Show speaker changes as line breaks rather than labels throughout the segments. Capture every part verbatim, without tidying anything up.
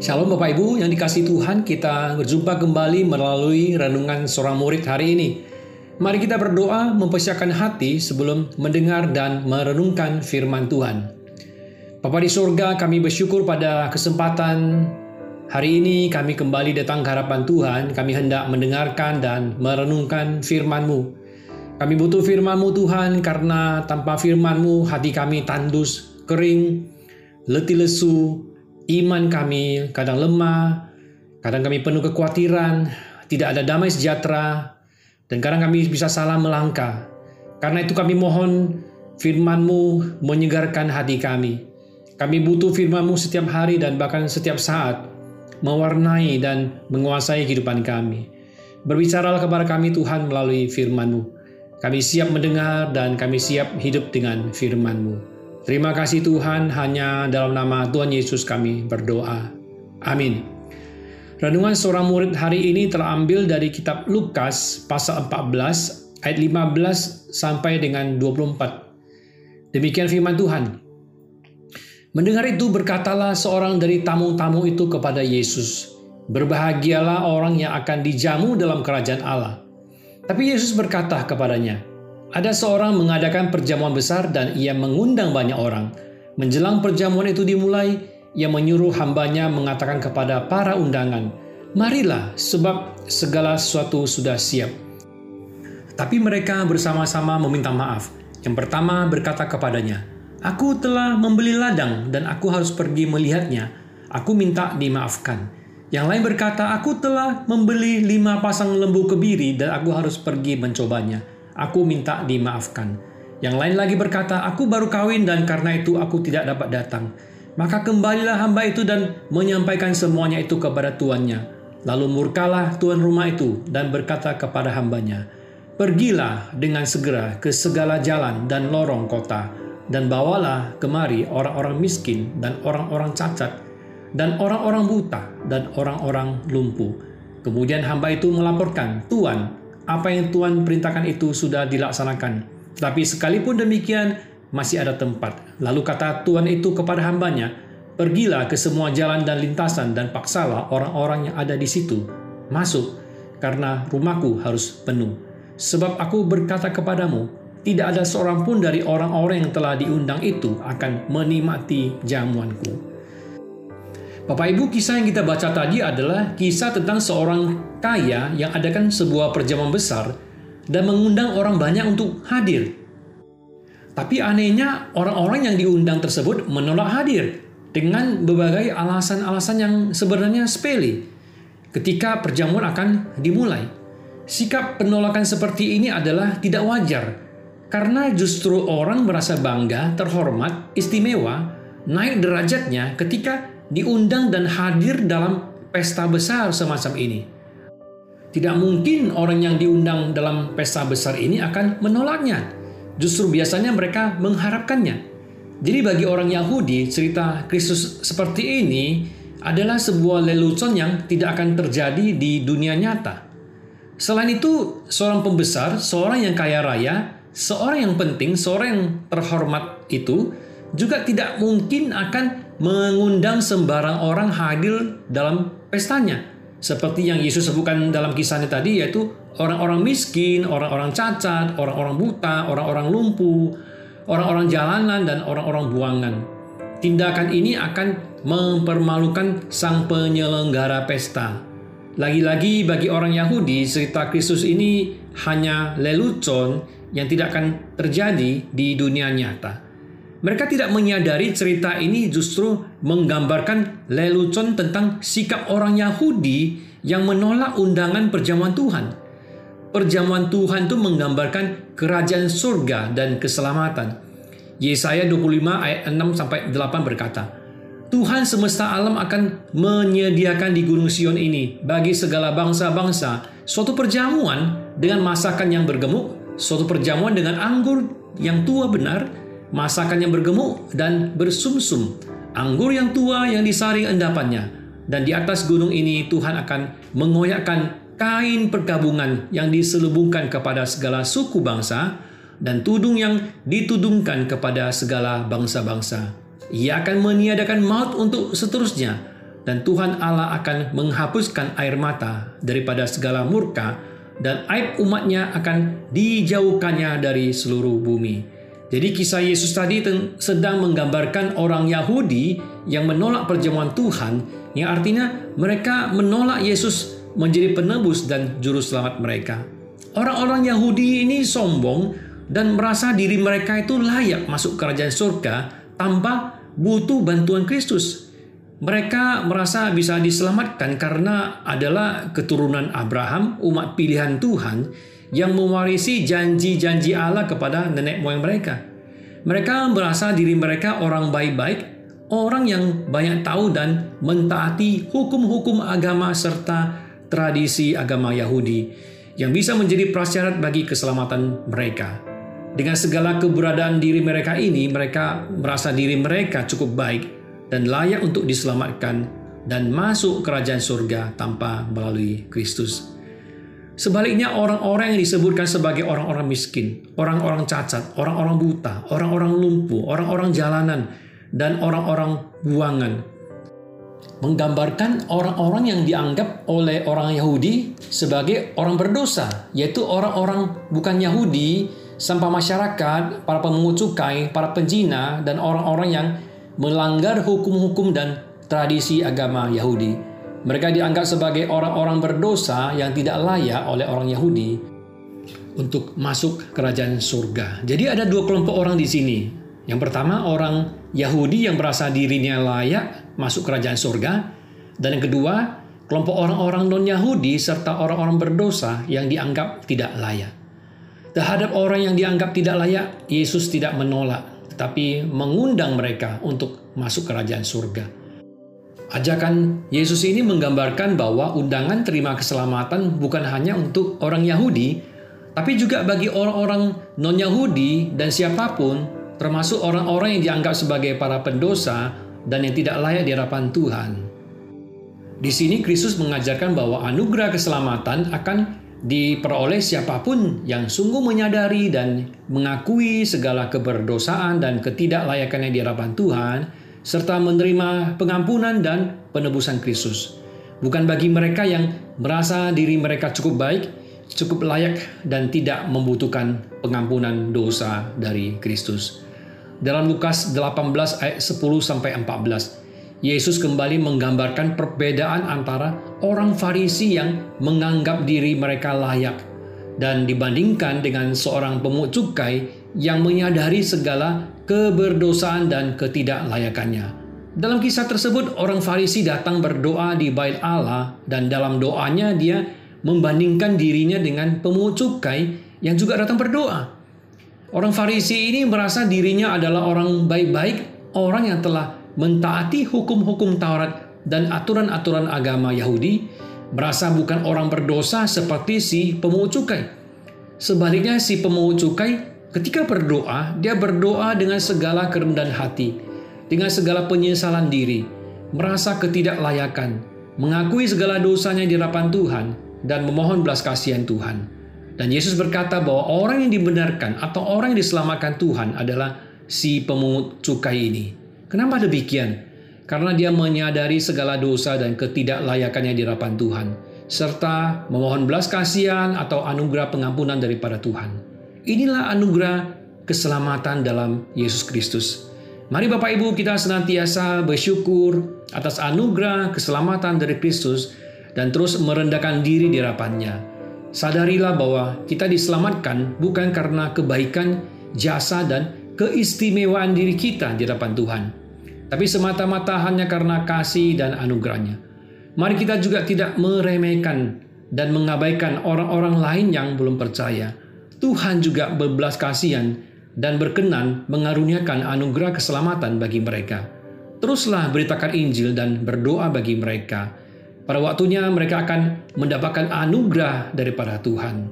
Shalom Bapak Ibu yang dikasihi Tuhan, kita berjumpa kembali melalui renungan seorang murid hari ini. Mari kita berdoa mempersiapkan hati sebelum mendengar dan merenungkan firman Tuhan. Bapa di surga, kami bersyukur pada kesempatan hari ini kami kembali datang ke hadapan Tuhan. Kami hendak mendengarkan dan merenungkan firman-Mu. Kami butuh firman-Mu Tuhan, karena tanpa firman-Mu hati kami tandus, kering, letih lesu. Iman kami kadang lemah, kadang kami penuh kekhawatiran, tidak ada damai sejahtera, dan kadang kami bisa salah melangkah. Karena itu kami mohon firman-Mu menyegarkan hati kami. Kami butuh firman-Mu setiap hari dan bahkan setiap saat, mewarnai dan menguasai kehidupan kami. Berbicaralah kepada kami Tuhan melalui firman-Mu. Kami siap mendengar dan kami siap hidup dengan firman-Mu. Terima kasih Tuhan, hanya dalam nama Tuhan Yesus kami berdoa. Amin. Renungan seorang murid hari ini terambil dari kitab Lukas pasal empat belas ayat lima belas sampai dengan dua puluh empat. Demikian firman Tuhan. Mendengar itu berkatalah seorang dari tamu-tamu itu kepada Yesus, "Berbahagialah orang yang akan dijamu dalam kerajaan Allah." Tapi Yesus berkata kepadanya, "Ada seorang mengadakan perjamuan besar dan ia mengundang banyak orang. Menjelang perjamuan itu dimulai, ia menyuruh hambanya mengatakan kepada para undangan, 'Marilah, sebab segala sesuatu sudah siap.' Tapi mereka bersama-sama meminta maaf. Yang pertama berkata kepadanya, 'Aku telah membeli ladang dan aku harus pergi melihatnya. Aku minta dimaafkan.' Yang lain berkata, 'Aku telah membeli lima pasang lembu kebiri dan aku harus pergi mencobanya. Aku minta dimaafkan.' Yang lain lagi berkata, 'Aku baru kawin dan karena itu aku tidak dapat datang.' Maka kembalilah hamba itu dan menyampaikan semuanya itu kepada tuannya. Lalu murkalah tuan rumah itu dan berkata kepada hambanya, 'Pergilah dengan segera ke segala jalan dan lorong kota, dan bawalah kemari orang-orang miskin dan orang-orang cacat, dan orang-orang buta dan orang-orang lumpuh.' Kemudian hamba itu melaporkan, 'Tuan, apa yang Tuhan perintahkan itu sudah dilaksanakan. Tapi sekalipun demikian, masih ada tempat.' Lalu kata Tuhan itu kepada hambanya, 'Pergilah ke semua jalan dan lintasan dan paksalah orang-orang yang ada di situ masuk, karena rumahku harus penuh. Sebab aku berkata kepadamu, tidak ada seorang pun dari orang-orang yang telah diundang itu akan menikmati jamuanku.'" Bapak Ibu, kisah yang kita baca tadi adalah kisah tentang seorang kaya yang adakan sebuah perjamuan besar dan mengundang orang banyak untuk hadir. Tapi anehnya orang-orang yang diundang tersebut menolak hadir dengan berbagai alasan-alasan yang sebenarnya sepele ketika perjamuan akan dimulai. Sikap penolakan seperti ini adalah tidak wajar, karena justru orang merasa bangga, terhormat, istimewa, naik derajatnya ketika diundang dan hadir dalam pesta besar semacam ini. Tidak mungkin orang yang diundang dalam pesta besar ini akan menolaknya. Justru biasanya mereka mengharapkannya. Jadi bagi orang Yahudi, cerita Kristus seperti ini adalah sebuah lelucon yang tidak akan terjadi di dunia nyata. Selain itu, seorang pembesar, seorang yang kaya raya, seorang yang penting, seorang yang terhormat itu juga tidak mungkin akan mengundang sembarang orang hadir dalam pestanya. Seperti yang Yesus sebutkan dalam kisahnya tadi, yaitu orang-orang miskin, orang-orang cacat, orang-orang buta, orang-orang lumpuh, orang-orang jalanan, dan orang-orang buangan. Tindakan ini akan mempermalukan sang penyelenggara pesta. Lagi-lagi bagi orang Yahudi, cerita Kristus ini hanya lelucon yang tidak akan terjadi di dunia nyata. Mereka tidak menyadari cerita ini justru menggambarkan lelucon tentang sikap orang Yahudi yang menolak undangan perjamuan Tuhan. Perjamuan Tuhan itu menggambarkan kerajaan surga dan keselamatan. Yesaya dua puluh lima ayat enam sampai delapan berkata, "Tuhan semesta alam akan menyediakan di Gunung Sion ini bagi segala bangsa-bangsa suatu perjamuan dengan masakan yang bergemuk, suatu perjamuan dengan anggur yang tua benar, masakan yang bergemuk dan bersumsum, anggur yang tua yang disaring endapannya. Dan di atas gunung ini Tuhan akan mengoyakkan kain perkabungan yang diselubungkan kepada segala suku bangsa, dan tudung yang ditudungkan kepada segala bangsa-bangsa. Ia akan meniadakan maut untuk seterusnya. dan Tuhan Allah akan menghapuskan air mata daripada segala murka, dan aib umatnya akan dijauhkannya dari seluruh bumi. Jadi kisah Yesus tadi sedang menggambarkan orang Yahudi yang menolak perjamuan Tuhan, yang artinya mereka menolak Yesus menjadi penebus dan juru selamat mereka. Orang-orang Yahudi ini sombong dan merasa diri mereka itu layak masuk kerajaan surga tanpa butuh bantuan Kristus. Mereka merasa bisa diselamatkan karena adalah keturunan Abraham, umat pilihan Tuhan, yang mewarisi janji-janji Allah kepada nenek moyang mereka. Mereka merasa diri mereka orang baik-baik, orang yang banyak tahu dan mentaati hukum-hukum agama serta tradisi agama Yahudi, yang bisa menjadi prasyarat bagi keselamatan mereka. Dengan segala keberadaan diri mereka ini, mereka merasa diri mereka cukup baik dan layak untuk diselamatkan dan masuk kerajaan surga tanpa melalui Kristus. Sebaliknya, orang-orang yang disebutkan sebagai orang-orang miskin, orang-orang cacat, orang-orang buta, orang-orang lumpuh, orang-orang jalanan, dan orang-orang buangan, menggambarkan orang-orang yang dianggap oleh orang Yahudi sebagai orang berdosa, yaitu orang-orang bukan Yahudi, sampah masyarakat, para pemungut cukai, para penjina, dan orang-orang yang melanggar hukum-hukum dan tradisi agama Yahudi. Mereka dianggap sebagai orang-orang berdosa yang tidak layak oleh orang Yahudi untuk masuk kerajaan surga. Jadi ada dua kelompok orang di sini. Yang pertama, orang Yahudi yang merasa dirinya layak masuk kerajaan surga. Dan yang kedua, kelompok orang-orang non-Yahudi serta orang-orang berdosa yang dianggap tidak layak. Terhadap orang yang dianggap tidak layak, Yesus tidak menolak, tetapi mengundang mereka untuk masuk kerajaan surga. Ajakan Yesus ini menggambarkan bahwa undangan terima keselamatan bukan hanya untuk orang Yahudi, tapi juga bagi orang-orang non-Yahudi dan siapapun, termasuk orang-orang yang dianggap sebagai para pendosa dan yang tidak layak di hadapan Tuhan. Di sini Kristus mengajarkan bahwa anugerah keselamatan akan diperoleh siapapun yang sungguh menyadari dan mengakui segala keberdosaan dan ketidaklayakannya di hadapan Tuhan, serta menerima pengampunan dan penebusan Kristus. Bukan bagi mereka yang merasa diri mereka cukup baik, cukup layak, dan tidak membutuhkan pengampunan dosa dari Kristus. Dalam Lukas delapan belas ayat sepuluh sampai empat belas, Yesus kembali menggambarkan perbedaan antara orang Farisi yang menganggap diri mereka layak dan dibandingkan dengan seorang pemungut cukai yang menyadari segala keberdosaan dan ketidaklayakannya. Dalam kisah tersebut, orang Farisi datang berdoa di bait Allah dan dalam doanya dia membandingkan dirinya dengan pemungut cukai yang juga datang berdoa. Orang Farisi ini merasa dirinya adalah orang baik-baik, orang yang telah mentaati hukum-hukum Taurat dan aturan-aturan agama Yahudi, merasa bukan orang berdosa seperti si pemungut cukai. Sebaliknya, si pemungut cukai ketika berdoa, dia berdoa dengan segala kerendahan hati, dengan segala penyesalan diri, merasa ketidaklayakan, mengakui segala dosanya di hadapan Tuhan, dan memohon belas kasihan Tuhan. Dan Yesus berkata bahwa orang yang dibenarkan atau orang yang diselamatkan Tuhan adalah si pemungut cukai ini. Kenapa demikian? Karena dia menyadari segala dosa dan ketidaklayakannya di hadapan Tuhan, serta memohon belas kasihan atau anugerah pengampunan daripada Tuhan. Inilah anugerah keselamatan dalam Yesus Kristus. Mari Bapak Ibu kita senantiasa bersyukur atas anugerah keselamatan dari Kristus dan terus merendahkan diri di hadapan-Nya. Sadarilah bahwa kita diselamatkan bukan karena kebaikan, jasa, dan keistimewaan diri kita di hadapan Tuhan, tapi semata-mata hanya karena kasih dan anugerah-Nya. Mari kita juga tidak meremehkan dan mengabaikan orang-orang lain yang belum percaya. Tuhan juga berbelas kasihan dan berkenan mengaruniakan anugerah keselamatan bagi mereka. Teruslah beritakan Injil dan berdoa bagi mereka. Pada waktunya mereka akan mendapatkan anugerah daripada Tuhan.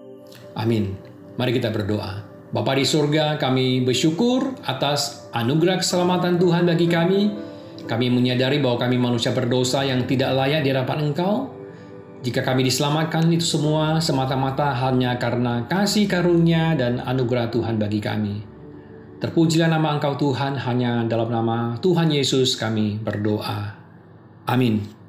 Amin. Mari kita berdoa. Bapa di surga, kami bersyukur atas anugerah keselamatan Tuhan bagi kami. Kami menyadari bahwa kami manusia berdosa yang tidak layak di hadapan Engkau. Jika kami diselamatkan, itu semua semata-mata hanya karena kasih karunia dan anugerah Tuhan bagi kami. Terpujilah nama Engkau Tuhan, hanya dalam nama Tuhan Yesus kami berdoa. Amin.